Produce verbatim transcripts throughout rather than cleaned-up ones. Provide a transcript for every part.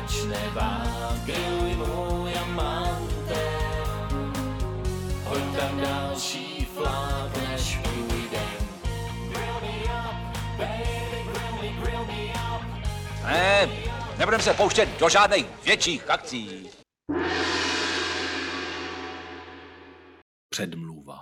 začne vát, griluj můj amante. Hoď tam další flák, než půjdem. Grill me up, baby, grill me, grill me up. Ne, nebudeme se pouštět do žádných větších akcí. Předmluva.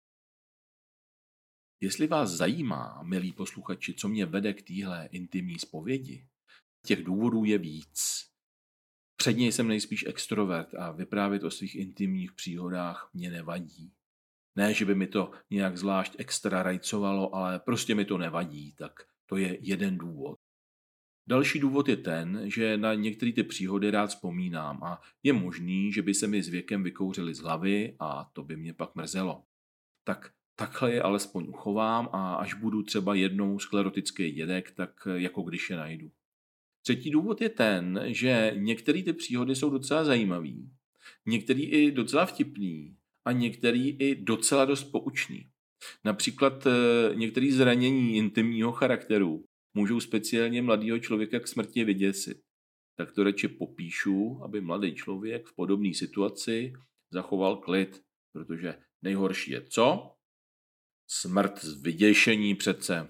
Jestli vás zajímá, milí posluchači, co mě vede k téhle intimní zpovědi, těch důvodů je víc. Předně jsem nejspíš extrovert a vyprávět o svých intimních příhodách mě nevadí. Ne, že by mi to nějak zvlášť extra rajcovalo, ale prostě mi to nevadí, tak to je jeden důvod. Další důvod je ten, že na některé ty příhody rád vzpomínám a je možný, že by se mi s věkem vykouřily z hlavy a to by mě pak mrzelo. Tak takhle je alespoň uchovám a až budu třeba jednou sklerotický dědek, tak jako když je najdu. Třetí důvod je ten, že některé ty příhody jsou docela zajímavý, některý i docela vtipný a některý i docela dost poučný. Například některé zranění intimního charakteru můžou speciálně mladého člověka k smrti vyděsit. Tak to radši popíšu, aby mladý člověk v podobné situaci zachoval klid, protože nejhorší je co? Smrt z vyděšení přece.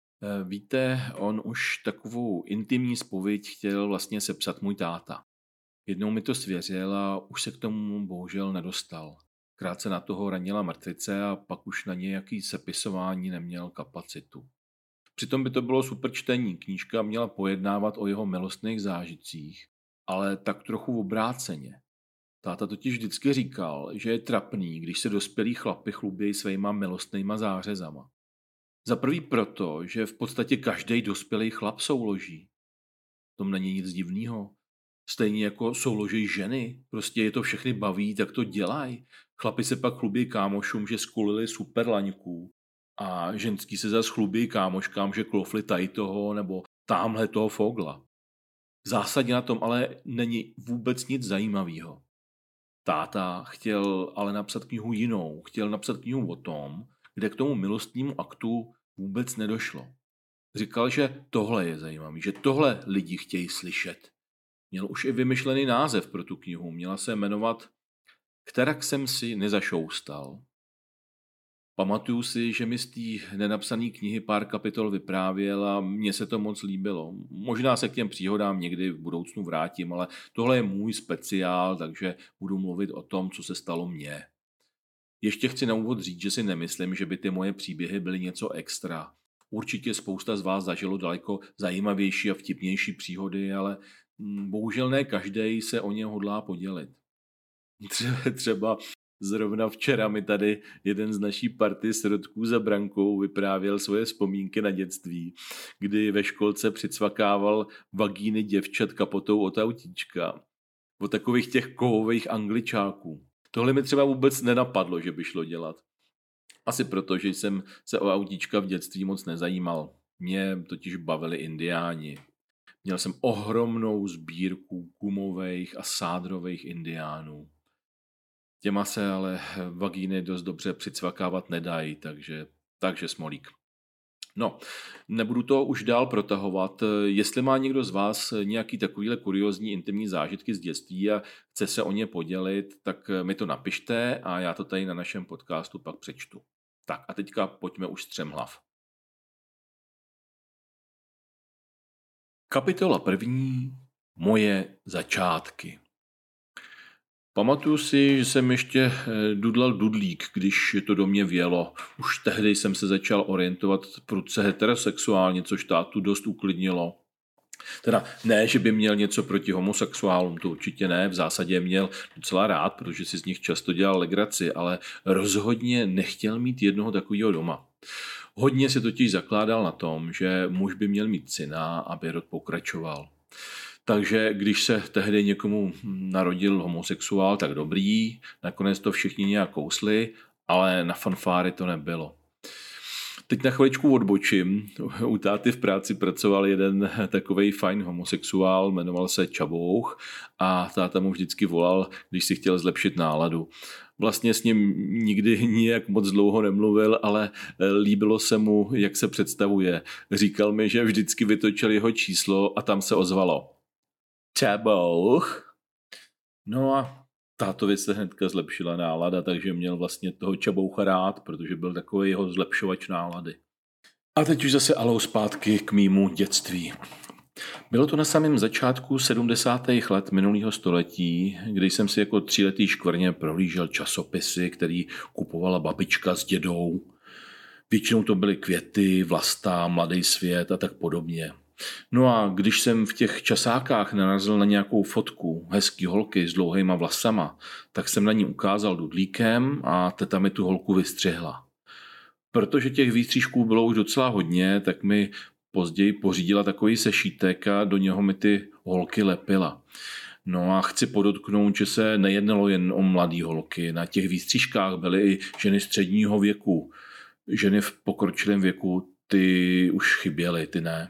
Víte, on už takovou intimní zpověď chtěl vlastně sepsat můj táta. Jednou mi to svěřil a už se k tomu bohužel nedostal. Krátce na toho ranila mrtvice a pak už na nějaký sepisování neměl kapacitu. Přitom by to bylo super čtení, knížka měla pojednávat o jeho milostných zážitcích, ale tak trochu obráceně. Táta totiž vždycky říkal, že je trapný, když se dospělí chlapi chlubějí svýma milostnýma zářezama. Za prvý proto, že v podstatě každý dospělý chlap souloží. V tom není nic divného. Stejně jako souloží ženy, prostě je to všechny baví, tak to dělají. Chlapi se pak chlubí kámošům, že skulili super laňků. A ženský se zas chlubí kámoškám, že klofli tady toho nebo támhle toho fogla. V zásadě na tom ale není vůbec nic zajímavého. Táta chtěl ale napsat knihu jinou. Chtěl napsat knihu o tom, kde k tomu milostnímu aktu vůbec nedošlo. Říkal, že tohle je zajímavý, že tohle lidi chtějí slyšet. Měl už i vymyšlený název pro tu knihu. Měla se jmenovat Kterak jsem si nezašoustal. Pamatuju si, že mi z té nenapsané knihy pár kapitol vyprávěl a mně se to moc líbilo. Možná se k těm příhodám někdy v budoucnu vrátím, ale tohle je můj speciál, takže budu mluvit o tom, co se stalo mně. Ještě chci na úvod říct, že si nemyslím, že by ty moje příběhy byly něco extra. Určitě spousta z vás zažilo daleko zajímavější a vtipnější příhody, ale bohužel ne každej se o ně hodlá podělit. Třeba zrovna včera mi tady jeden z naší party sirotků za brankou vyprávěl svoje vzpomínky na dětství, kdy ve školce přicvakával vagíny děvčat kapotou od autíčka. O takových těch kovových angličáků. Tohle mi třeba vůbec nenapadlo, že by šlo dělat. Asi proto, že jsem se o autíčka v dětství moc nezajímal. Mě totiž bavili indiáni. Měl jsem ohromnou sbírku gumových a sádrových indiánů. Těma se ale vagíny dost dobře přicvakávat nedají, takže, takže smolík. No, nebudu to už dál protahovat. Jestli má někdo z vás nějaký takovýhle kuriózní intimní zážitky z dětství a chce se o ně podělit, tak mi to napište a já to tady na našem podcastu pak přečtu. Tak a teďka pojďme už střemhlav. Kapitola první. Moje začátky. Pamatuju si, že jsem ještě dudlal dudlík, když to do mě vělo. Už tehdy jsem se začal orientovat prudce heterosexuálně, což tátu dost uklidnilo. Teda ne, že by měl něco proti homosexuálům, to určitě ne, v zásadě měl docela rád, protože si z nich často dělal legraci, ale rozhodně nechtěl mít jednoho takového doma. Hodně se totiž zakládal na tom, že muž by měl mít syna, aby rod pokračoval. Takže když se tehdy někomu narodil homosexuál, tak dobrý, nakonec to všichni nějak kousli, ale na fanfáry to nebylo. Teď na chviličku odbočím. U táty v práci pracoval jeden takovej fajn homosexuál, jmenoval se Čabouch a táta mu vždycky volal, když si chtěl zlepšit náladu. Vlastně s ním nikdy nijak moc dlouho nemluvil, ale líbilo se mu, jak se představuje. Říkal mi, že vždycky vytočil jeho číslo a tam se ozvalo. čabouch. No a tátovi se hnedka zlepšila nálada, takže měl vlastně toho čaboucha rád, protože byl takový jeho zlepšovač nálady. A teď už zase alou zpátky k mýmu dětství. Bylo to na samém začátku sedmdesátých let minulého století, kdy jsem si jako tříletý škvrně prohlížel časopisy, který kupovala babička s dědou. Většinou to byly Květy, Vlasta, Mladý svět a tak podobně. No a když jsem v těch časákách narazil na nějakou fotku hezký holky s dlouhýma vlasama, tak jsem na ní ukázal dudlíkem a teta mi tu holku vystřihla. Protože těch výstřížků bylo už docela hodně, tak mi později pořídila takový sešítek a do něho mi ty holky lepila. No a chci podotknout, že se nejednalo jen o mladý holky. Na těch výstřížkách byly i ženy středního věku. Ženy v pokročilém věku, ty už chyběly, ty ne.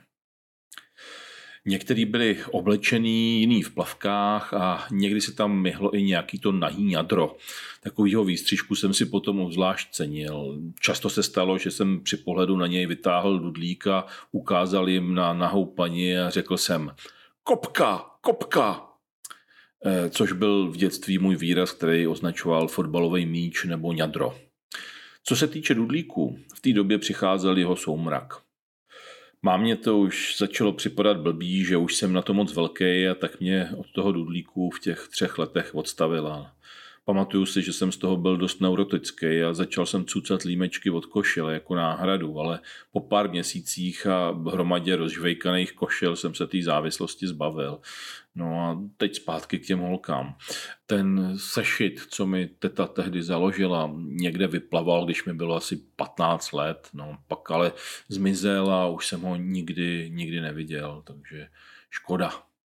Některý byli oblečený, jiný v plavkách a někdy se tam myhlo i nějaký to nahý jadro. Takovýho výstřižku jsem si potom obzvlášť cenil. Často se stalo, že jsem při pohledu na něj vytáhl dudlík a ukázal jim na nahou paní a řekl jsem kopka, kopka, což byl v dětství můj výraz, který označoval fotbalový míč nebo ňadro. Co se týče dudlíku, v té době přicházel jeho soumrak. Mámě to už začalo připadat blbý, že už jsem na to moc velký a tak mě od toho dudlíku v těch třech letech odstavila. Pamatuju si, že jsem z toho byl dost neurotický a začal jsem cucat límečky od košile jako náhradu, ale po pár měsících a hromadě rozžvejkaných košil jsem se té závislosti zbavil. No a teď zpátky k těm holkám. Ten sešit, co mi teta tehdy založila, někde vyplaval, když mi bylo asi patnáct let, no pak ale zmizel a už jsem ho nikdy, nikdy neviděl, takže škoda.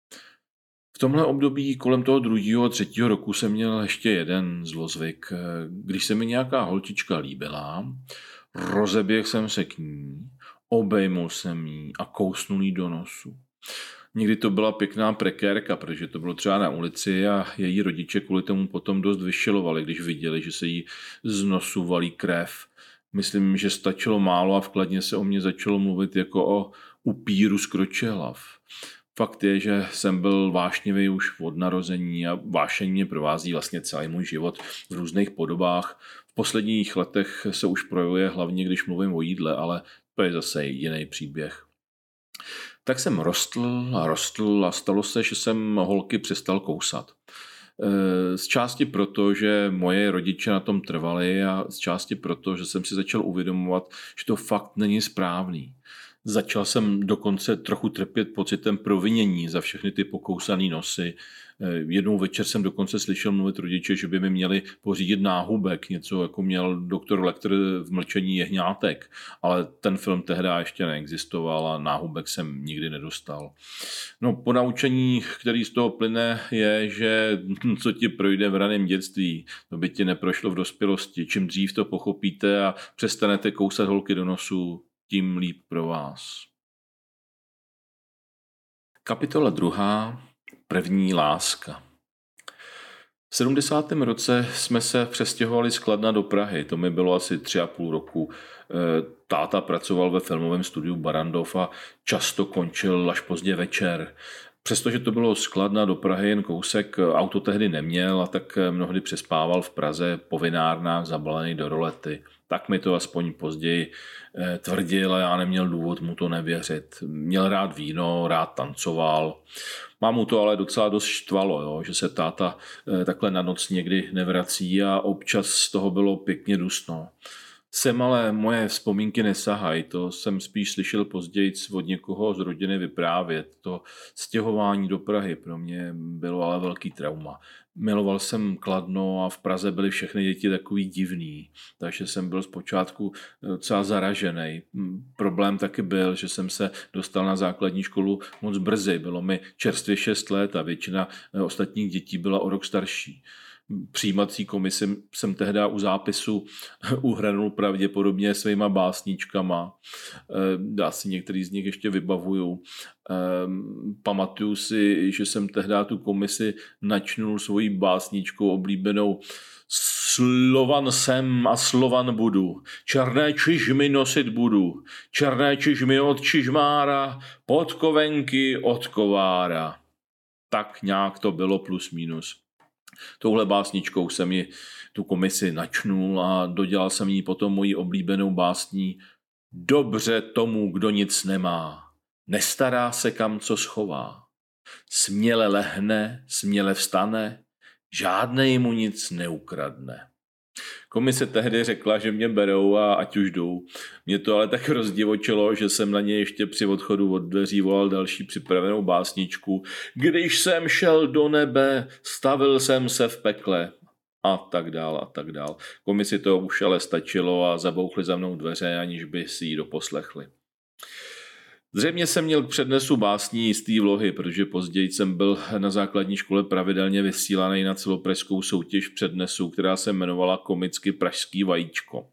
V tomhle období kolem toho druhého a třetího roku jsem měl ještě jeden zlozvyk. Když se mi nějaká holčička líbila, rozeběhl jsem se k ní, obejmul jsem jí a kousnul jí do nosu. Někdy to byla pěkná prekérka, protože to bylo třeba na ulici a její rodiče kvůli tomu potom dost vyšilovali, když viděli, že se jí z nosu valí krev. Myslím, že stačilo málo a v Kladně se o mě začalo mluvit jako o upíru z Kročehlav. Fakt je, že jsem byl vášnivý už od narození a vášeň mě provází vlastně celý můj život v různých podobách. V posledních letech se už projevuje hlavně, když mluvím o jídle, ale to je zase jiný příběh. Tak jsem rostl a rostl a stalo se, že jsem holky přestal kousat. Z části proto, že moje rodiče na tom trvali a z části proto, že jsem si začal uvědomovat, že to fakt není správný. Začal jsem dokonce trochu trpět pocitem provinění za všechny ty pokousané nosy. Jednou večer jsem dokonce slyšel mluvit rodiče, že by mi měli pořídit náhubek, něco jako měl doktor Lecter v Mlčení jehňátek, ale ten film tehdy ještě neexistoval a náhubek jsem nikdy nedostal. No, ponaučení, který z toho plyne, je, že co ti projde v raném dětství, to by ti neprošlo v dospělosti. Čím dřív to pochopíte a přestanete kousat holky do nosu, tím líp pro vás. Kapitola druhá. První láska. V sedmdesátém roce jsme se přestěhovali z Kladna do Prahy. To mi bylo asi tři a půl roku. Táta pracoval ve filmovém studiu Barrandov a často končil až pozdě večer. Přestože to bylo z Kladna do Prahy jen kousek, auto tehdy neměl a tak mnohdy přespával v Praze po vinárnách zabalený do rolety. Tak mi to aspoň později tvrdil a já neměl důvod mu to nevěřit. Měl rád víno, rád tancoval. Mámu to ale docela dost štvalo, jo, že se táta takhle na noc někdy nevrací a občas z toho bylo pěkně dusno. Sem ale moje vzpomínky nesahají, to jsem spíš slyšel později od někoho z rodiny vyprávět. To stěhování do Prahy pro mě bylo ale velký trauma. Miloval jsem Kladno a v Praze byly všechny děti takový divný, takže jsem byl zpočátku docela zaražený. Problém taky byl, že jsem se dostal na základní školu moc brzy, bylo mi čerstvě šest let a většina ostatních dětí byla o rok starší. Přijímací komisi jsem tehdy u zápisu uhranul pravděpodobně svýma básničkama. Já si některý z nich ještě vybavuju. Pamatuju si, že jsem tehdy tu komisi načnul svojí básničkou oblíbenou Slovan jsem a Slovan budu, černé čižmy nosit budu, černé čižmy od čižmára, podkovenky od kovára. tak nějak to bylo plus minus. Touhle básničkou jsem ji tu komisi načnul a dodělal jsem jí potom moji oblíbenou básní Dobře tomu, kdo nic nemá, nestará se kam co schová. Směle lehne, směle vstane, žádnej mu nic neukradne. Komise tehdy řekla, že mě berou a ať už jdou. Mě to ale tak rozdivočilo, že jsem na ně ještě při odchodu od dveří volal další připravenou básničku. Když jsem šel do nebe, stavil jsem se v pekle. A tak dál a tak dál. Komisi to už ale stačilo a zabouchli za mnou dveře, aniž by si ji doposlechli. Zřejmě jsem měl k přednesu básní jistý vlohy, protože později jsem byl na základní škole pravidelně vysílaný na celopražskou soutěž v přednesu, která se jmenovala komicky Pražský vajíčko.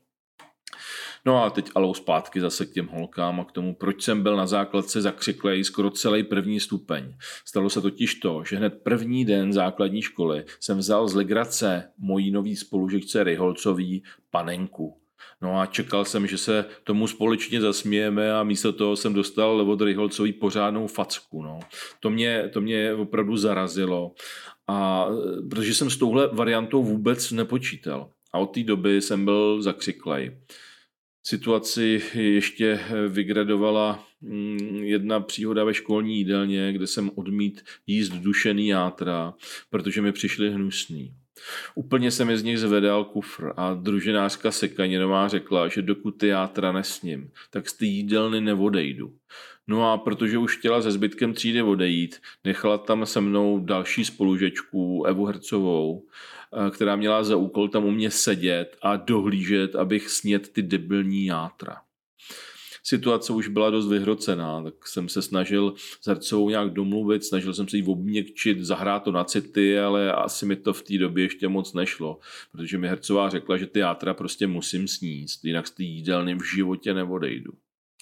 No a teď alou zpátky zase k těm holkám a k tomu, proč jsem byl na základce zakřiklej skoro celý první stupeň. Stalo se totiž to, že hned první den základní školy jsem vzal z legrace mojí nový spolužečce Ryholcový panenku. No a čekal jsem, že se tomu společně zasmějeme a místo toho jsem dostal od Ryholcový pořádnou facku. No. To mě, to mě opravdu zarazilo, a, protože jsem s touhle variantou vůbec nepočítal. A od té doby jsem byl zakřiklej. Situaci ještě vygradovala jedna příhoda ve školní jídelně, kde jsem odmít jíst dušený játra, protože mi přišly hnusný. Úplně se mi z nich zvedal kufr a družinářka Sekaninová řekla, že dokud ty játra nesním, tak z té jídelny neodejdu. No a protože už chtěla se zbytkem třídy odejít, nechala tam se mnou další spolužečku Evu Hercovou, která měla za úkol tam u mě sedět a dohlížet, abych snědl ty debilní játra. Situace už byla dost vyhrocená, tak jsem se snažil s Hercovou nějak domluvit, snažil jsem se jí obměkčit, zahrát to na city, ale asi mi to v té době ještě moc nešlo, protože mi Hercová řekla, že ty játra prostě musím sníst, jinak z té jídelny v životě neodejdu.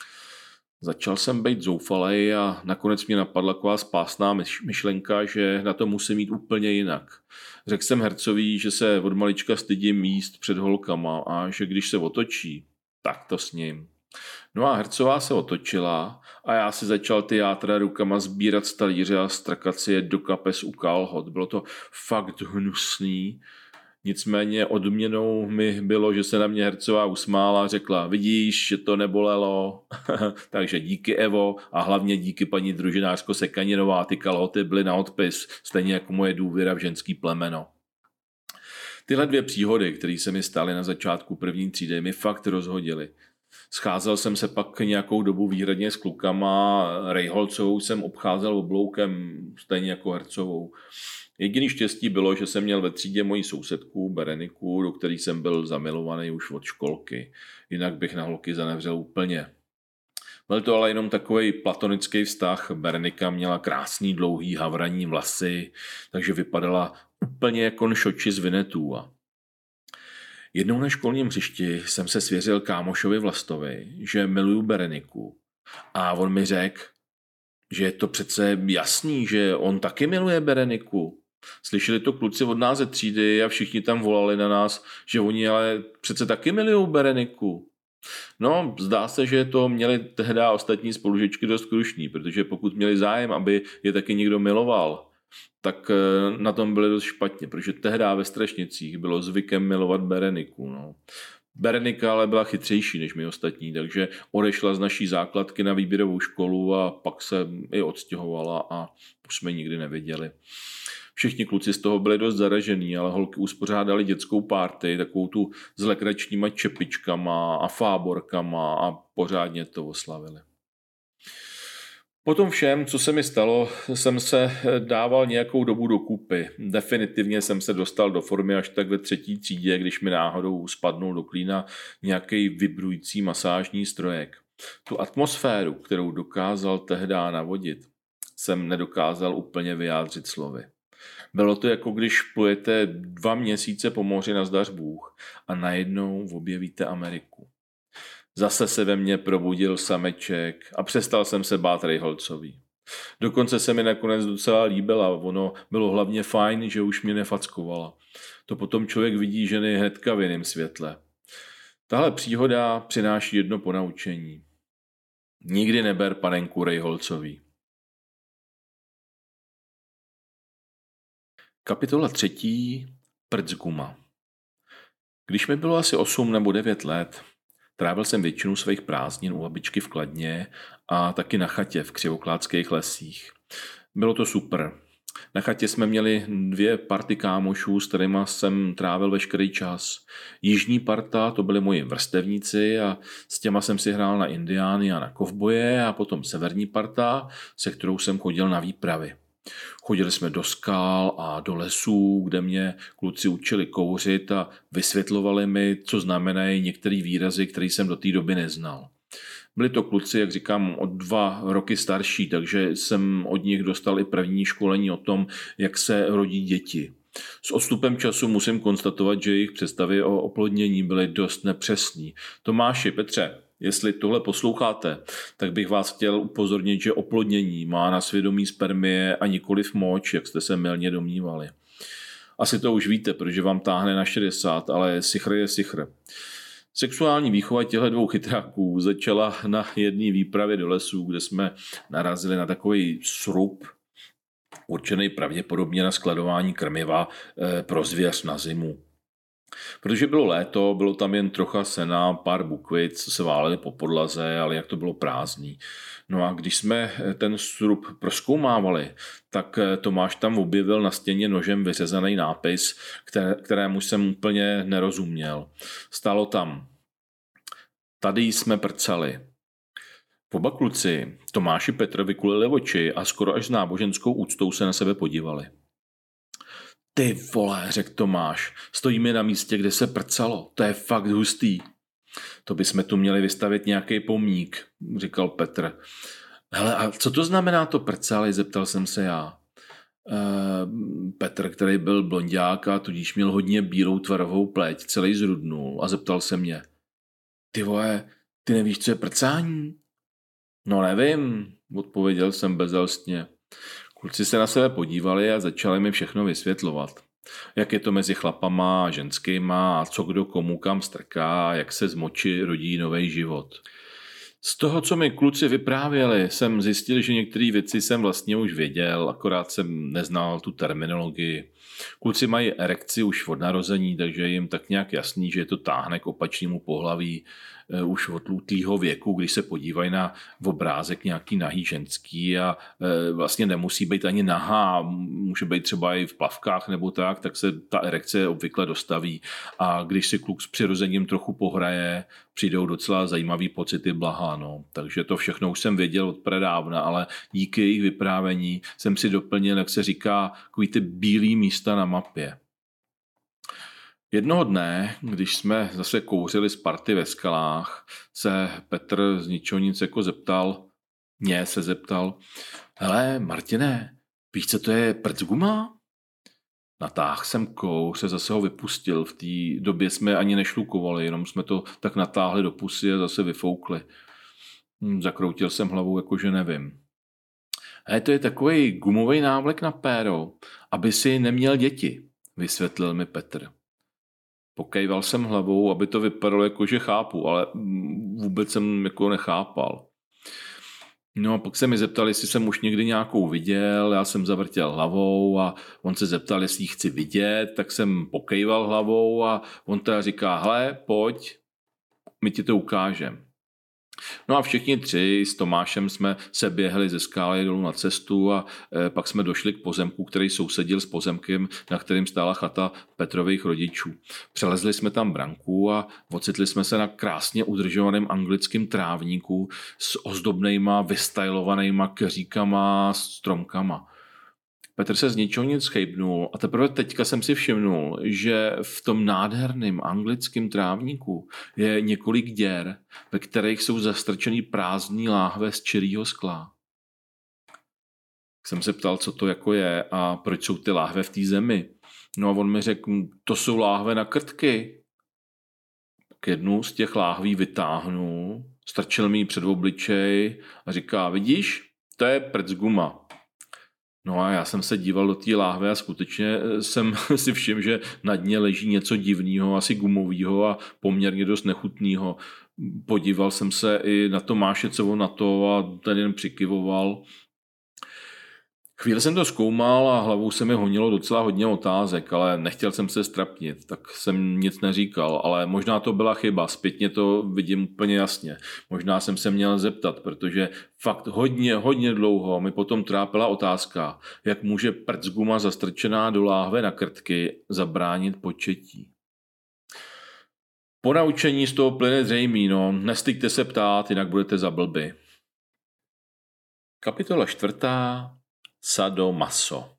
Začal jsem být zoufalej a nakonec mě napadla taková spásná myšlenka, že na to musím jít úplně jinak. Řekl jsem Hercový, že se od malička stydím jíst před holkama a že když se otočí, tak to s ním. No a Hercová se otočila a já si začal ty játra rukama sbírat z talíře a strkat si je do kapes u kalhot. Bylo to fakt hnusný. Nicméně odměnou mi bylo, že se na mě Hercová usmála a řekla, vidíš, že to nebolelo, takže díky Evo a hlavně díky paní družinářko Sekaninová, ty kalhoty byly na odpis, stejně jako moje důvěra v ženský plemeno. Tyhle dvě příhody, které se mi staly na začátku první třídy, mi fakt rozhodily. Scházel jsem se pak nějakou dobu výhradně s klukama, Ryholcovou jsem obcházel obloukem, stejně jako Hercovou. Jediný štěstí bylo, že jsem měl ve třídě moji sousedku Bereniku, do který jsem byl zamilovaný už od školky. Jinak bych na holky zanevřel úplně. Byl to ale jenom takový platonický vztah. Berenika měla krásný dlouhý havraní vlasy, takže vypadala úplně jako šoči z Vinetua. Jednou na školním hřišti jsem se svěřil kámošovi Vlastovi, že miluju Bereniku. A on mi řekl, že je to přece jasný, že on taky miluje Bereniku. Slyšeli to kluci od nás ze třídy a všichni tam volali na nás, že oni ale přece taky milují Bereniku. No, zdá se, že to měli tehdy ostatní spolužečky dost krušní, protože pokud měli zájem, aby je taky někdo miloval, tak na tom byli dost špatně, protože tehdy ve Strašnicích bylo zvykem milovat Bereniku. No. Berenika ale byla chytřejší než my ostatní, takže odešla z naší základky na výběrovou školu a pak se i odstěhovala a už jsme ji nikdy neviděli. Všichni kluci z toho byli dost zaražený, ale holky uspořádali dětskou party, takovou tu s legračníma čepičkama a fáborkama a pořádně to oslavili. Po tom všem, co se mi stalo, jsem se dával nějakou dobu dokupy. Definitivně jsem se dostal do formy až tak ve třetí třídě, když mi náhodou spadnul do klína nějaký vibrující masážní strojek. Tu atmosféru, kterou dokázal tehdy navodit, jsem nedokázal úplně vyjádřit slovy. Bylo to jako když plujete dva měsíce po moři na zdař Bůh a najednou objevíte Ameriku. Zase se ve mně probudil sameček a přestal jsem se bát Ryholcový. Dokonce se mi nakonec docela líbila, ono bylo hlavně fajn, že už mě nefackovala. To potom člověk vidí ženy hnedka v jiném světle. Tahle příhoda přináší jedno ponaučení. Nikdy neber panenku Ryholcový. Kapitola třetí. Prcguma. Když mi bylo asi osm nebo devět let, trávil jsem většinu svých prázdnin u babičky v Kladně a taky na chatě v Křivoklátských lesích. Bylo to super. Na chatě jsme měli dvě party kámošů, s kterýma jsem trávil veškerý čas. Jižní parta, to byli moji vrstevníci a s těma jsem si hrál na indiány a na kovboje, a potom severní parta, se kterou jsem chodil na výpravy. Chodili jsme do skal a do lesů, kde mě kluci učili kouřit a vysvětlovali mi, co znamenají některé výrazy, které jsem do té doby neznal. Byli to kluci, jak říkám, o dva roky starší, takže jsem od nich dostal i první školení o tom, jak se rodí děti. S odstupem času musím konstatovat, že jejich představy o oplodnění byly dost nepřesný. Tomáši, Petře, jestli tohle posloucháte, tak bych vás chtěl upozornit, že oplodnění má na svědomí spermie a nikoliv moč, jak jste se mylně domnívali. Asi to už víte, protože vám táhne na šedesát, ale sichr je sichr. Sexuální výchova těchto dvou chytráků začala na jedné výpravě do lesů, kde jsme narazili na takový srub, určený pravděpodobně na skladování krmiva pro zvěř na zimu. Protože bylo léto, bylo tam jen trocha sena, pár bukvic, co se válely po podlaze, ale jak to bylo prázdný. No a když jsme ten srub prozkoumávali, tak Tomáš tam objevil na stěně nožem vyřezaný nápis, které, kterému jsem úplně nerozuměl. Stálo tam: tady jsme prcali. Oba kluci, Tomáši Petr, vykulili oči a skoro až s náboženskou úctou se na sebe podívali. Ty vole, řekl Tomáš, stojíme na místě, kde se prcalo, to je fakt hustý. To bychom tu měli vystavit nějaký pomník, říkal Petr. Hele, a co to znamená to prcali, zeptal jsem se já. E, Petr, který byl blonďák a tudíž měl hodně bílou tvarovou pleť, celý zrudnul a zeptal se mě. Ty vole, ty nevíš, co je prcání? No nevím, odpověděl jsem bezelstně. Kluci se na sebe podívali a začali mi všechno vysvětlovat. Jak je to mezi chlapama a ženskýma a co kdo komu kam strká, jak se z moči rodí nový život. Z toho, co mi kluci vyprávěli, jsem zjistil, že některé věci jsem vlastně už věděl, akorát jsem neznal tu terminologii. Kluci mají erekci už od narození, takže je jim tak nějak jasný, že je to táhne k opačnému pohlaví už od lůtlýho věku, když se podívají na obrázek nějaký nahý ženský a vlastně nemusí být ani nahá, může být třeba i v plavkách nebo tak, tak se ta erekce obvykle dostaví a když si kluk s přirozením trochu pohraje, přijdou docela zajímavý pocity blaha, no. Takže to všechno už jsem věděl od predávna, ale díky jejich vyprávění jsem si doplnil, jak se říká, takový ty bílý místa na mapě. Jednoho dne, když jsme zase kouřili z party ve skalách, se Petr z ničeho nic jako zeptal, mě se zeptal, hele Martine, víš, co to je prcguma? Natáhl jsem kouř, se zase ho vypustil, v té době jsme ani nešlukovali, jenom jsme to tak natáhli do pusy a zase vyfoukli. Zakroutil jsem hlavou, jakože nevím. Hele, to je takový gumový návlek na péro, aby si neměl děti, vysvětlil mi Petr. Pokejval jsem hlavou, aby to vypadalo jako, že chápu, ale vůbec jsem jako nechápal. No a pak se mi zeptal, jestli jsem už někdy nějakou viděl, já jsem zavrtěl hlavou a on se zeptal, jestli ji chci vidět, tak jsem pokejval hlavou a on teda říká, hele, pojď, my ti to ukážem. No a všichni tři s Tomášem jsme se běhli ze skály dolů na cestu a e, pak jsme došli k pozemku, který sousedil s pozemkem, na kterým stála chata Petrových rodičů. Přelezli jsme tam branku a ocitli jsme se na krásně udržovaném anglickém trávníku s ozdobnejma, vystylovanýma keříkama, stromkama. Petr se z ničeho nic chejbnul a teprve teďka jsem si všimnul, že v tom nádherném anglickém trávníku je několik děr, ve kterých jsou zastrčený prázdný láhve z čirýho skla. Jsem se ptal, co to jako je a proč jsou ty láhve v té zemi. No a on mi řekl, to jsou láhve na krtky. Tak jednu z těch láhví vytáhnul, strčil mi ji před obličej a říká, vidíš, to je prcguma. No a já jsem se díval do té láhve a skutečně jsem si všiml, že na dně leží něco divného, asi gumového a poměrně dost nechutného. Podíval jsem se i na Tomáše, co on na to a ten jen přikyvoval. Chvíli jsem to zkoumal a hlavou se mi honilo docela hodně otázek, ale nechtěl jsem se strapnit, tak jsem nic neříkal, ale možná to byla chyba, zpětně to vidím úplně jasně. Možná jsem se měl zeptat, protože fakt hodně, hodně dlouho mi potom trápila otázka, jak může prcguma zastrčená do láhve na krtky zabránit početí. Po naučení z toho plyne zřejmý, no, nestykte se ptát, jinak budete za blby. Kapitola čtvrtá. Sadomaso.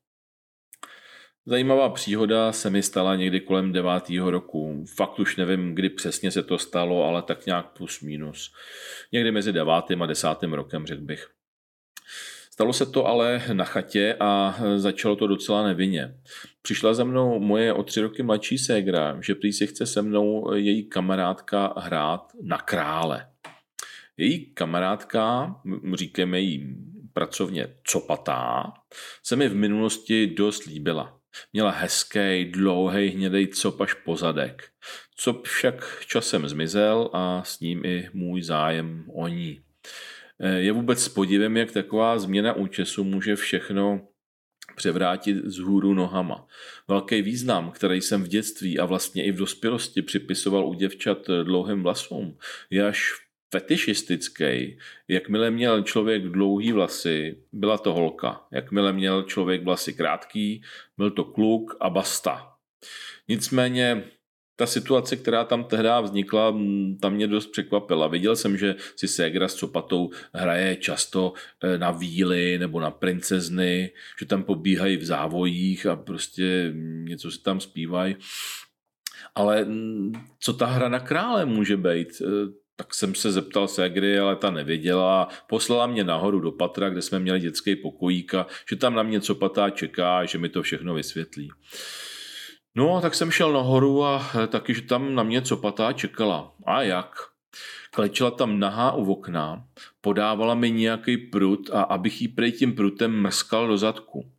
Zajímavá příhoda se mi stala někdy kolem devátého roku. Fakt už nevím, kdy přesně se to stalo, ale tak nějak plus minus. Někdy mezi devátým a desátým rokem, řekl bych. Stalo se to ale na chatě a začalo to docela nevinně. Přišla za mnou moje o tři roky mladší ségra, že prý si chce se mnou její kamarádka hrát na krále. Její kamarádka, říkáme jí pracovně copatá, se mi v minulosti dost líbila. Měla hezký, dlouhý, hnědej cop až po zadek. Cop však časem zmizel a s ním i můj zájem o ní. Je vůbec s podivem, jak taková změna účesu může všechno převrátit vzhůru nohama. Velký význam, který jsem v dětství a vlastně i v dospělosti připisoval u děvčat dlouhým vlasům, je až fetišistický. Jakmile měl člověk dlouhý vlasy, byla to holka. Jakmile měl člověk vlasy krátký, byl to kluk a basta. Nicméně ta situace, která tam tehdy vznikla, tam mě dost překvapila. Viděl jsem, že si ségra s copatou hraje často na víly nebo na princezny, že tam pobíhají v závojích a prostě něco si tam zpívají. Ale co ta hra na krále může být? Tak jsem se zeptal ségry, ale ta nevěděla. Poslala mě nahoru do patra, kde jsme měli dětský pokojík a že tam na mě copatá čeká, že mi to všechno vysvětlí. No, tak jsem šel nahoru a taky, že tam na mě copatá čekala. A jak? Klečela tam nahá u okna, podávala mi nějaký prut a abych jí prej tím prutem mrskal do zadku.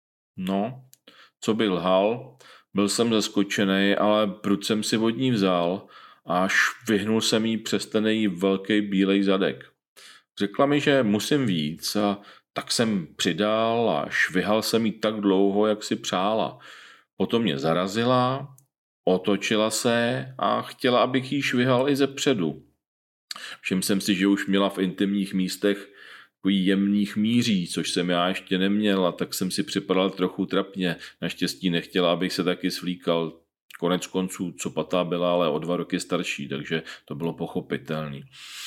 No, co by lhal, byl jsem zaskočený, ale prut jsem si od ní vzal a až vyhnul jsem jí přes ten její velký bílej zadek. Řekla mi, že musím víc a tak jsem přidal a švihal jsem jí tak dlouho, jak si přála. Potom mě zarazila, otočila se a chtěla, abych jí švihal i ze předu. Všiml jsem si, že už měla v intimních místech takový jemný chmíří, což jsem já ještě neměl, a tak jsem si připadal trochu trapně. Naštěstí nechtěla, abych se taky svlíkal. Konec konců copatá byla ale o dva roky starší, takže to bylo pochopitelný.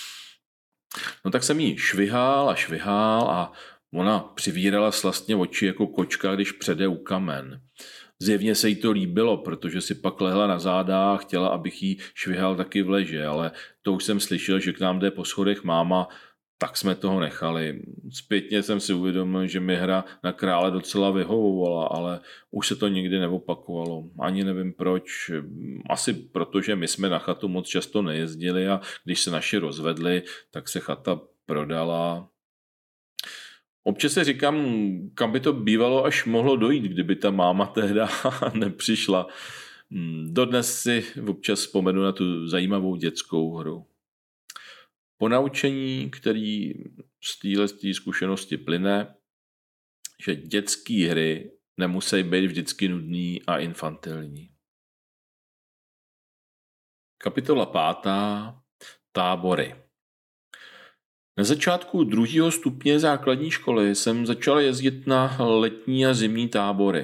No tak jsem jí švihal a švihal a ona přivírala slastně oči jako kočka, když přede u kamen. Zjevně se jí to líbilo, protože si pak lehla na záda a chtěla, abych jí švihal taky v leže, ale to už jsem slyšel, že k nám jde po schodech máma, tak jsme toho nechali. Zpětně jsem si uvědomil, že mi hra na krále docela vyhovovala, ale už se to nikdy neopakovalo. Ani nevím proč. Asi protože my jsme na chatu moc často nejezdili a když se naši rozvedli, tak se chata prodala. Občas se říkám, kam by to bývalo až mohlo dojít, kdyby ta máma tehda nepřišla. Dodnes si občas vzpomenu na tu zajímavou dětskou hru. Ponaučení, který z téhle zkušenosti plyne, že dětské hry nemusí být vždycky nudný a infantilní. Kapitola pátá. Tábory. Na začátku druhého stupně základní školy jsem začal jezdit na letní a zimní tábory.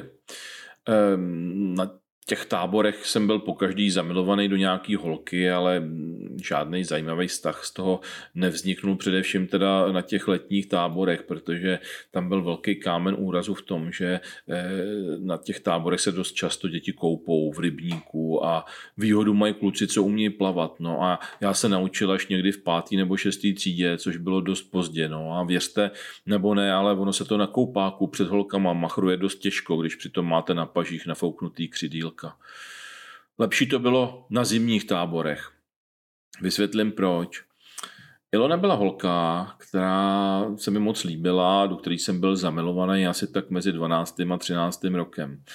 Na těch táborech jsem byl pokaždý zamilovaný do nějaký holky, ale žádný zajímavý vztah z toho nevzniknul, především teda na těch letních táborech, protože tam byl velký kámen úrazu v tom, že na těch táborech se dost často děti koupou v rybníku a výhodu mají kluci, co umějí plavat. No a já se naučil až někdy v pátý nebo šestý třídě, což bylo dost pozdě. No a věřte nebo ne, ale ono se to na koupáku před holkama machruje dost těžko, když přitom máte na pažích nafouknutý křidílka. Lepší to bylo na zimních táborech. Vysvětlím proč. Ilona byla holka, která se mi moc líbila, do které jsem byl zamilovaný asi tak mezi dvanáctým a třináctým rokem.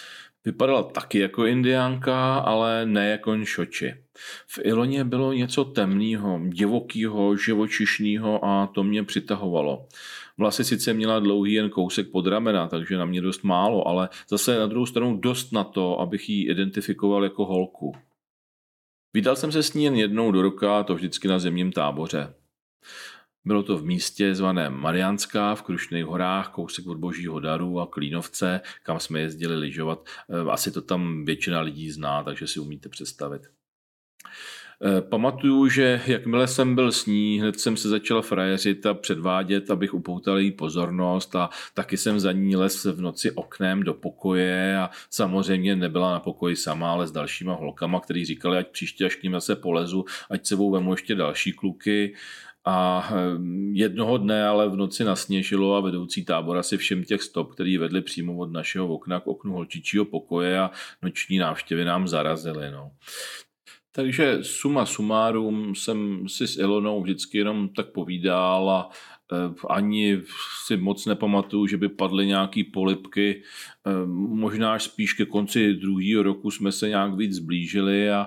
Vypadala taky jako indiánka, ale ne jako Nšoči. V Iloně bylo něco temného, divokého, živočišného a to mě přitahovalo. Vlasy sice měla dlouhý jen kousek pod ramena, takže na mě dost málo, ale zase na druhou stranu dost na to, abych ji identifikoval jako holku. Vídal jsem se s ní jen jednou do roka, to vždycky na zimním táboře. Bylo to v místě zvaném Mariánská v Krušných horách, kousek od Božího daru a Klínovce, kam jsme jezdili lyžovat. Asi to tam většina lidí zná, takže si umíte představit. Pamatuju, že jakmile jsem byl s ní, hned jsem se začal frajeřit a předvádět, abych upoutal její pozornost a taky jsem za ní les v noci oknem do pokoje a samozřejmě nebyla na pokoji sama, ale s dalšíma holkama, který říkali, ať příště, až k ním zase polezu, ať sebou vemu ještě další kluky. A jednoho dne ale v noci nasněžilo a vedoucí tábora si všem těch stop, který vedli přímo od našeho okna k oknu holčičího pokoje a noční návštěvy nám zarazily. No. Takže suma sumárum jsem si s Ilonou vždycky jenom tak povídal a ani si moc nepamatuju, že by padly nějaký polibky. Možná až spíš ke konci druhého roku jsme se nějak víc zblížili a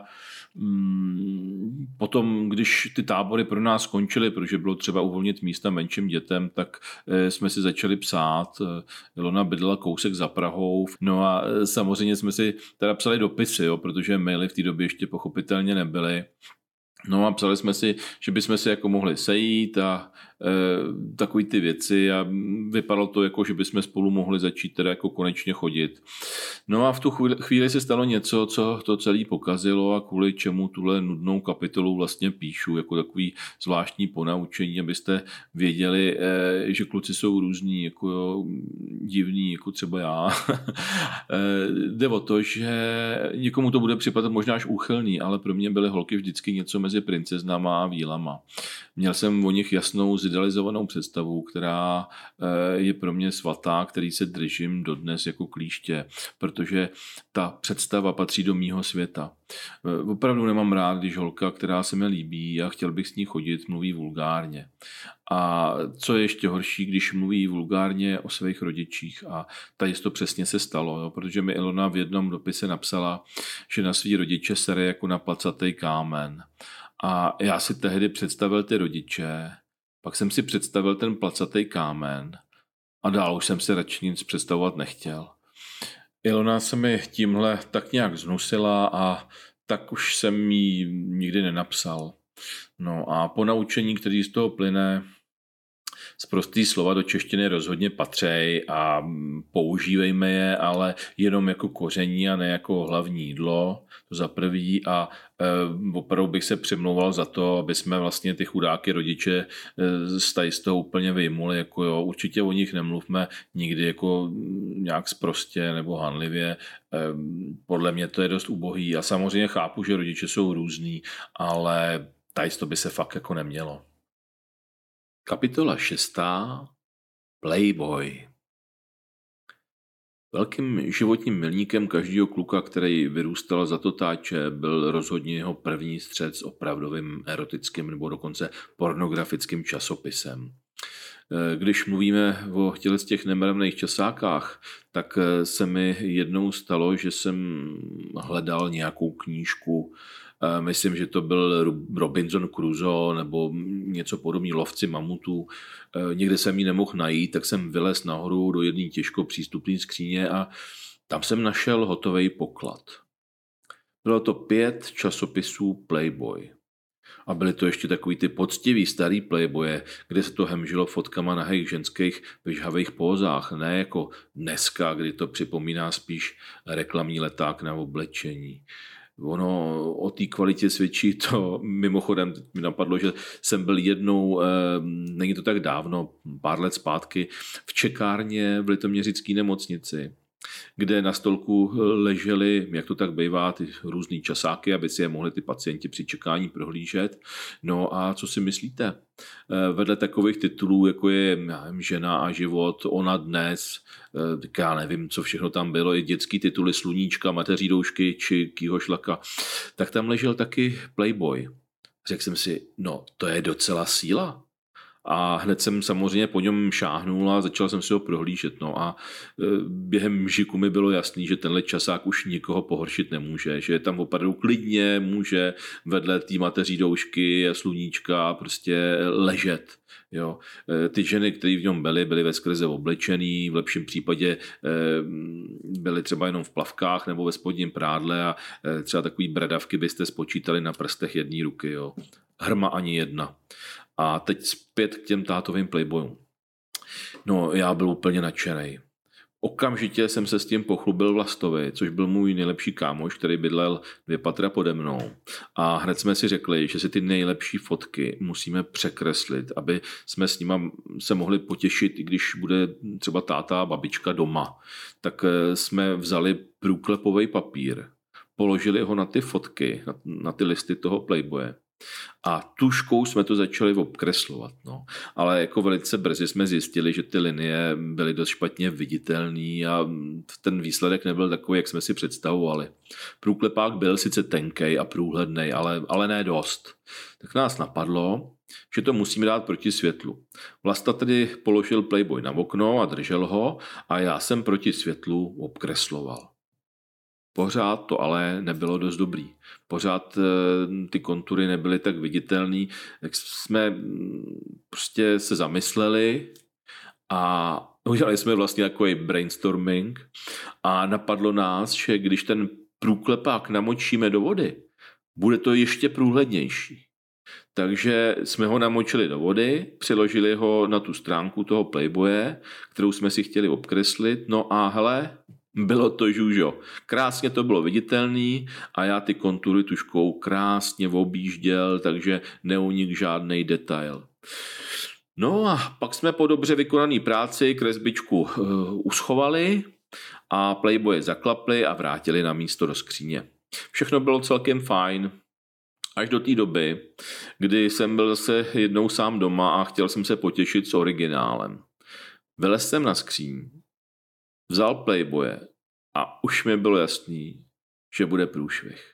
potom, když ty tábory pro nás skončily, protože bylo třeba uvolnit místa menším dětem, tak jsme si začali psát. Ilona bydlela kousek za Prahou. No a samozřejmě jsme si teda psali dopisy, jo, protože maily v té době ještě pochopitelně nebyly. No a psali jsme si, že bychom si jako mohli sejít a e, takový ty věci a vypadalo to jako, že bychom spolu mohli začít teda jako konečně chodit. No a v tu chvíli, chvíli se stalo něco, co to celé pokazilo a kvůli čemu tuhle nudnou kapitolu vlastně píšu, jako takový zvláštní ponaučení, abyste věděli, e, že kluci jsou různí, jako jo, divní, jako třeba já. e, jde o to, že někomu to bude připadat možná až úchylný, ale pro mě byly holky vždycky něco mezi princeznama a vílama. Měl jsem o nich jasnou zidealizovanou představu, která je pro mě svatá, který se držím dodnes jako klíště, protože ta představa patří do mýho světa. Opravdu nemám rád, když holka, která se mi líbí a chtěl bych s ní chodit, mluví vulgárně. A co je ještě horší, když mluví vulgárně o svých rodičích a tady to přesně se stalo, jo? Protože mi Ilona v jednom dopise napsala, že na svý rodiče sere jako na placatej kámen. A já si tehdy představil ty rodiče, pak jsem si představil ten placatej kámen a dál už jsem si radši nic představovat nechtěl. Ilona se mi tímhle tak nějak znusila a tak už jsem jí nikdy nenapsal. No a po naučení, který z toho plyne, sprostý slova do češtiny rozhodně patřej a používejme je, ale jenom jako koření a ne jako hlavní jídlo, to za prvý a e, opravdu bych se přimlouval za to, aby jsme vlastně ty chudáky rodiče e, z toho úplně vyjmuli, jako jo, určitě o nich nemluvme nikdy jako nějak sprostě nebo hanlivě, e, podle mě to je dost ubohý a samozřejmě chápu, že rodiče jsou různý, ale tady to by se fakt jako nemělo. Kapitola šestá. Playboy. Velkým životním milníkem každého kluka, který vyrůstal za totáče, byl rozhodně jeho první střet s opravdovým erotickým nebo dokonce pornografickým časopisem. Když mluvíme o těle z těch nemravných časákách, tak se mi jednou stalo, že jsem hledal nějakou knížku. Myslím, že to byl Robinson Crusoe nebo něco podobného, lovci mamutů. Někde jsem ji nemohl najít, tak jsem vylez nahoru do jedné těžko přístupné skříně a tam jsem našel hotový poklad. Bylo to pět časopisů Playboy. A byly to ještě takový ty poctivý starý Playboye, kde se to hemžilo fotkama nahých ženských v žhavých pózách, ne jako dneska, kdy to připomíná spíš reklamní leták na oblečení. Ono o té kvalitě svědčí to, mimochodem mi napadlo, že jsem byl jednou, e, není to tak dávno, pár let zpátky, v čekárně v Litoměřické nemocnici, kde na stolku ležely, jak to tak bývá, ty různý časáky, aby si je mohli ty pacienti při čekání prohlížet. No a co si myslíte? Vedle takových titulů, jako je já nevím, Žena a život, Ona dnes, tak já nevím, co všechno tam bylo, i dětský tituly Sluníčka, Mateří doušky či Kýho šlaka, tak tam ležel taky Playboy. Řekl jsem si, no to je docela síla. A hned jsem samozřejmě po něm šáhnul a začal jsem si ho prohlížet. No a během mžiku mi bylo jasný, že tenhle časák už nikoho pohoršit nemůže, že tam opravdu klidně může vedle té mateří doušky a sluníčka prostě ležet. Jo. Ty ženy, které v něm byly, byly veskrze oblečený, v lepším případě byly třeba jenom v plavkách nebo ve spodním prádle a třeba takový bradavky byste spočítali na prstech jedné ruky. Jo. Hrma ani jedna. A teď zpět k těm tátovým playboyům. No, já byl úplně nadšenej. Okamžitě jsem se s tím pochlubil Vlastovi, což byl můj nejlepší kámoš, který bydlel dvě patra pode mnou. A hned jsme si řekli, že si ty nejlepší fotky musíme překreslit, aby jsme s nima se mohli potěšit, i když bude třeba táta a babička doma. Tak jsme vzali průklepový papír, položili ho na ty fotky, na, na ty listy toho Playboye. A tuškou jsme to začali obkreslovat. No. Ale jako velice brzy jsme zjistili, že ty linie byly dost špatně viditelný a ten výsledek nebyl takový, jak jsme si představovali. Průklepák byl sice tenkej a průhlednej, ale, ale ne dost. Tak nás napadlo, že to musíme dát proti světlu. Vlasta tedy položil Playboy na okno a držel ho a já jsem proti světlu obkresloval. Pořád to ale nebylo dost dobrý. Pořád ty kontury nebyly tak viditelný, tak jsme prostě se zamysleli a udělali jsme vlastně takový brainstorming a napadlo nás, že když ten průklepák namočíme do vody, bude to ještě průhlednější. Takže jsme ho namočili do vody, přiložili ho na tu stránku toho Playboye, kterou jsme si chtěli obkreslit, no a hele, bylo to žužo. Krásně to bylo viditelný a já ty kontury tuškou krásně objížděl, takže neunik žádnej detail. No a pak jsme po dobře vykonané práci kresbičku uh, uschovali a Playboye zaklapli a vrátili na místo do skříně. Všechno bylo celkem fajn. Až do té doby, kdy jsem byl zase jednou sám doma a chtěl jsem se potěšit s originálem. Vylez jsem na skříň, vzal Playboye a už mi bylo jasný, že bude průšvih.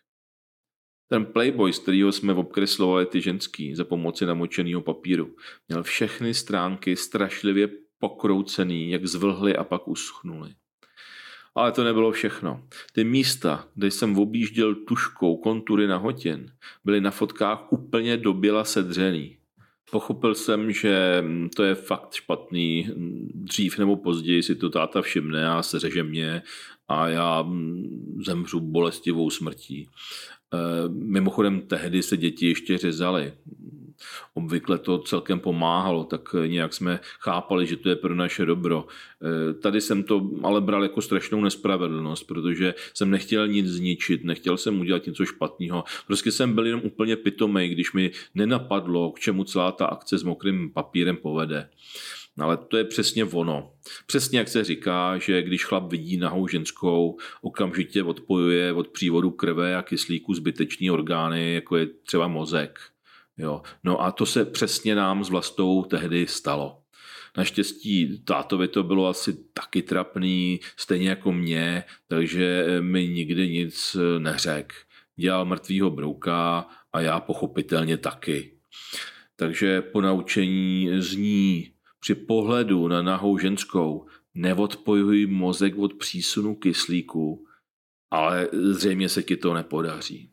Ten Playboy, z kterého jsme obkreslovali ty ženský za pomoci namočeného papíru, měl všechny stránky strašlivě pokroucený, jak zvlhly a pak uschnuly. Ale to nebylo všechno. Ty místa, kde jsem objížděl tuškou kontury na hotin, byly na fotkách úplně doběla sedřený. Pochopil jsem, že to je fakt špatný. Dřív nebo později si to táta všimne a seřeže mě a já zemřu bolestivou smrtí. Mimochodem tehdy se děti ještě řezaly. Obvykle to celkem pomáhalo, tak nějak jsme chápali, že to je pro naše dobro. Tady jsem to ale bral jako strašnou nespravedlnost, protože jsem nechtěl nic zničit, nechtěl jsem udělat něco špatného. Prostě jsem byl jenom úplně pitomej, když mi nenapadlo, k čemu celá ta akce s mokrým papírem povede. Ale to je přesně ono. Přesně jak se říká, že když chlap vidí nahou ženskou, okamžitě odpojuje od přívodu krve a kyslíku zbytečný orgány, jako je třeba mozek. Jo. No a to se přesně nám s Vlastou tehdy stalo. Naštěstí tátovi to bylo asi taky trapný, stejně jako mě, takže mi nikdy nic neřekl. Dělal mrtvýho brouka a já pochopitelně taky. Takže ponaučení zní: při pohledu na nahou ženskou neodpojuj mozek od přísunu kyslíku, ale zřejmě se ti to nepodaří.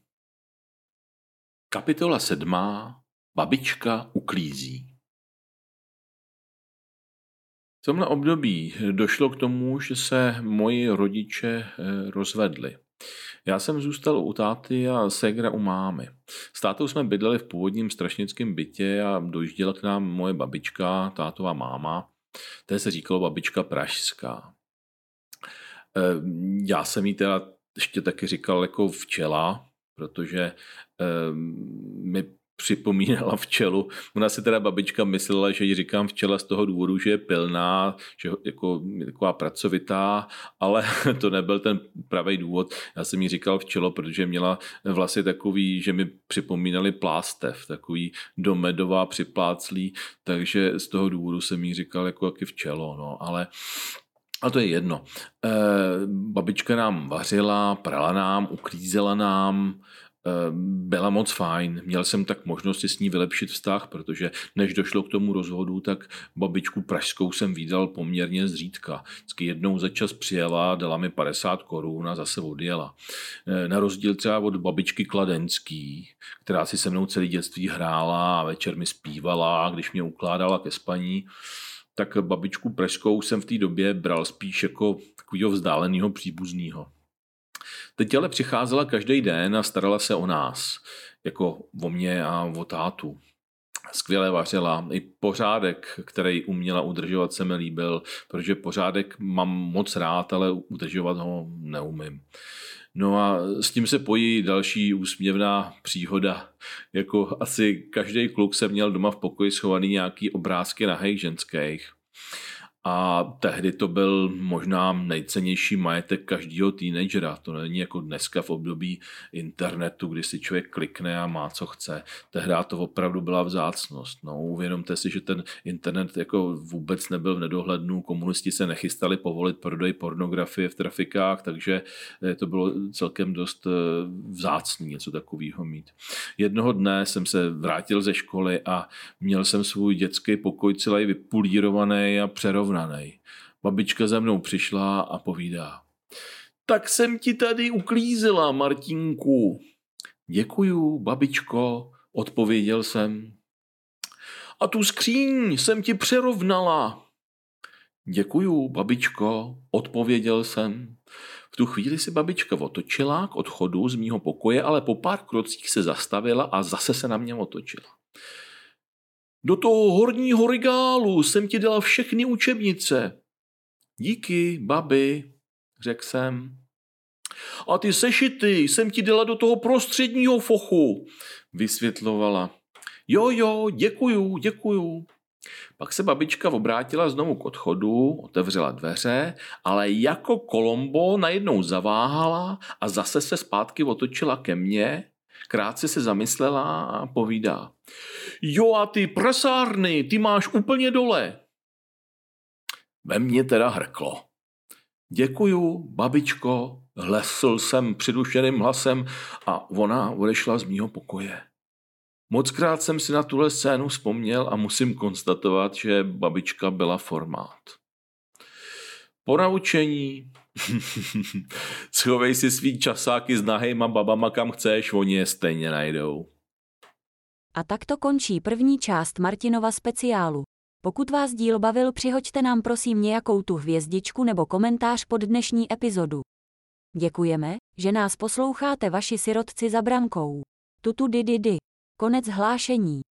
Kapitola sedmá. Babička uklízí. V tomhle období došlo k tomu, že se moji rodiče rozvedli. Já jsem zůstal u táty a ségra u mámy. S tátou jsme bydleli v původním strašnickém bytě a dojížděla k nám moje babička, tátová máma. Té se říkalo babička pražská. Já jsem jí teda ještě taky říkal jako včela, protože mi připomínala včelu. Ona si teda babička myslela, že jí říkám včela z toho důvodu, že je pilná, že jako taková pracovitá, ale to nebyl ten pravý důvod. Já jsem jí říkal včelo, protože měla vlasy takový, že mi připomínali plástev, takový domedová připláclý, takže z toho důvodu jsem jí říkal jako jaký včelo, no, ale a to je jedno. E, babička nám vařila, prala nám, uklízela nám, byla moc fajn. Měl jsem tak možnost si s ní vylepšit vztah, protože než došlo k tomu rozvodu, tak babičku pražskou jsem vídal poměrně zřídka. Vždycky jednou za čas přijela, dala mi padesát korun a zase odjela. Na rozdíl třeba od babičky Kladenský, která si se mnou celý dětství hrála a večer mi zpívala, když mě ukládala ke spaní, tak babičku pražskou jsem v té době bral spíš jako takového vzdáleného příbuzného. Teď ale přicházela každý den a starala se o nás, jako o mě a o tátu. Skvěle vařila. I pořádek, který uměla udržovat, se mi líbil, protože pořádek mám moc rád, ale udržovat ho neumím. No a s tím se pojí další úsměvná příhoda. Jako asi každý kluk se měl doma v pokoji schovaný nějaký obrázky nahých ženských. A tehdy to byl možná nejcennější majetek každého teenagera. To není jako dneska v období internetu, kdy si člověk klikne a má, co chce. Tehdy to opravdu byla vzácnost. No, uvědomte si, že ten internet jako vůbec nebyl v nedohlednu. Komunisti se nechystali povolit prodej pornografie v trafikách, takže to bylo celkem dost vzácný něco takového mít. Jednoho dne jsem se vrátil ze školy a měl jsem svůj dětský pokoj celý vypulírovaný a přerovnaný. Babička za mnou přišla a povídá: tak jsem ti tady uklízela, Martinku. Děkuju, babičko, odpověděl jsem. A tu skříň jsem ti přerovnala. Děkuju, babičko, odpověděl jsem. V tu chvíli si babička otočila k odchodu z mýho pokoje, ale po pár krocích se zastavila a zase se na mě otočila. Do toho horního regálu jsem ti dala všechny učebnice. Díky, babi, řekl jsem. A ty sešity jsem ti dala do toho prostředního fochu, vysvětlovala. Jo, jo, děkuju, děkuju. Pak se babička obrátila znovu k odchodu, otevřela dveře, ale jako Kolombo najednou zaváhala a zase se zpátky otočila ke mně. Krátce se zamyslela a povídá: jo a ty prasárny, ty máš úplně dole. Ve mně teda hrklo. Děkuju, babičko, hlesl jsem přidušeným hlasem a ona odešla z mýho pokoje. Mockrát jsem si na tuhle scénu vzpomněl a musím konstatovat, že babička byla formát. Po naučení. Schovej si svý časáky s nahejma babama kam chceš, oni je stejně najdou. A takto končí první část Martinova speciálu. Pokud vás díl bavil, přihoďte nám prosím nějakou tu hvězdičku nebo komentář pod dnešní epizodu. Děkujeme, že nás posloucháte, vaši sirotci za brankou. Tutu di di di. Konec hlášení.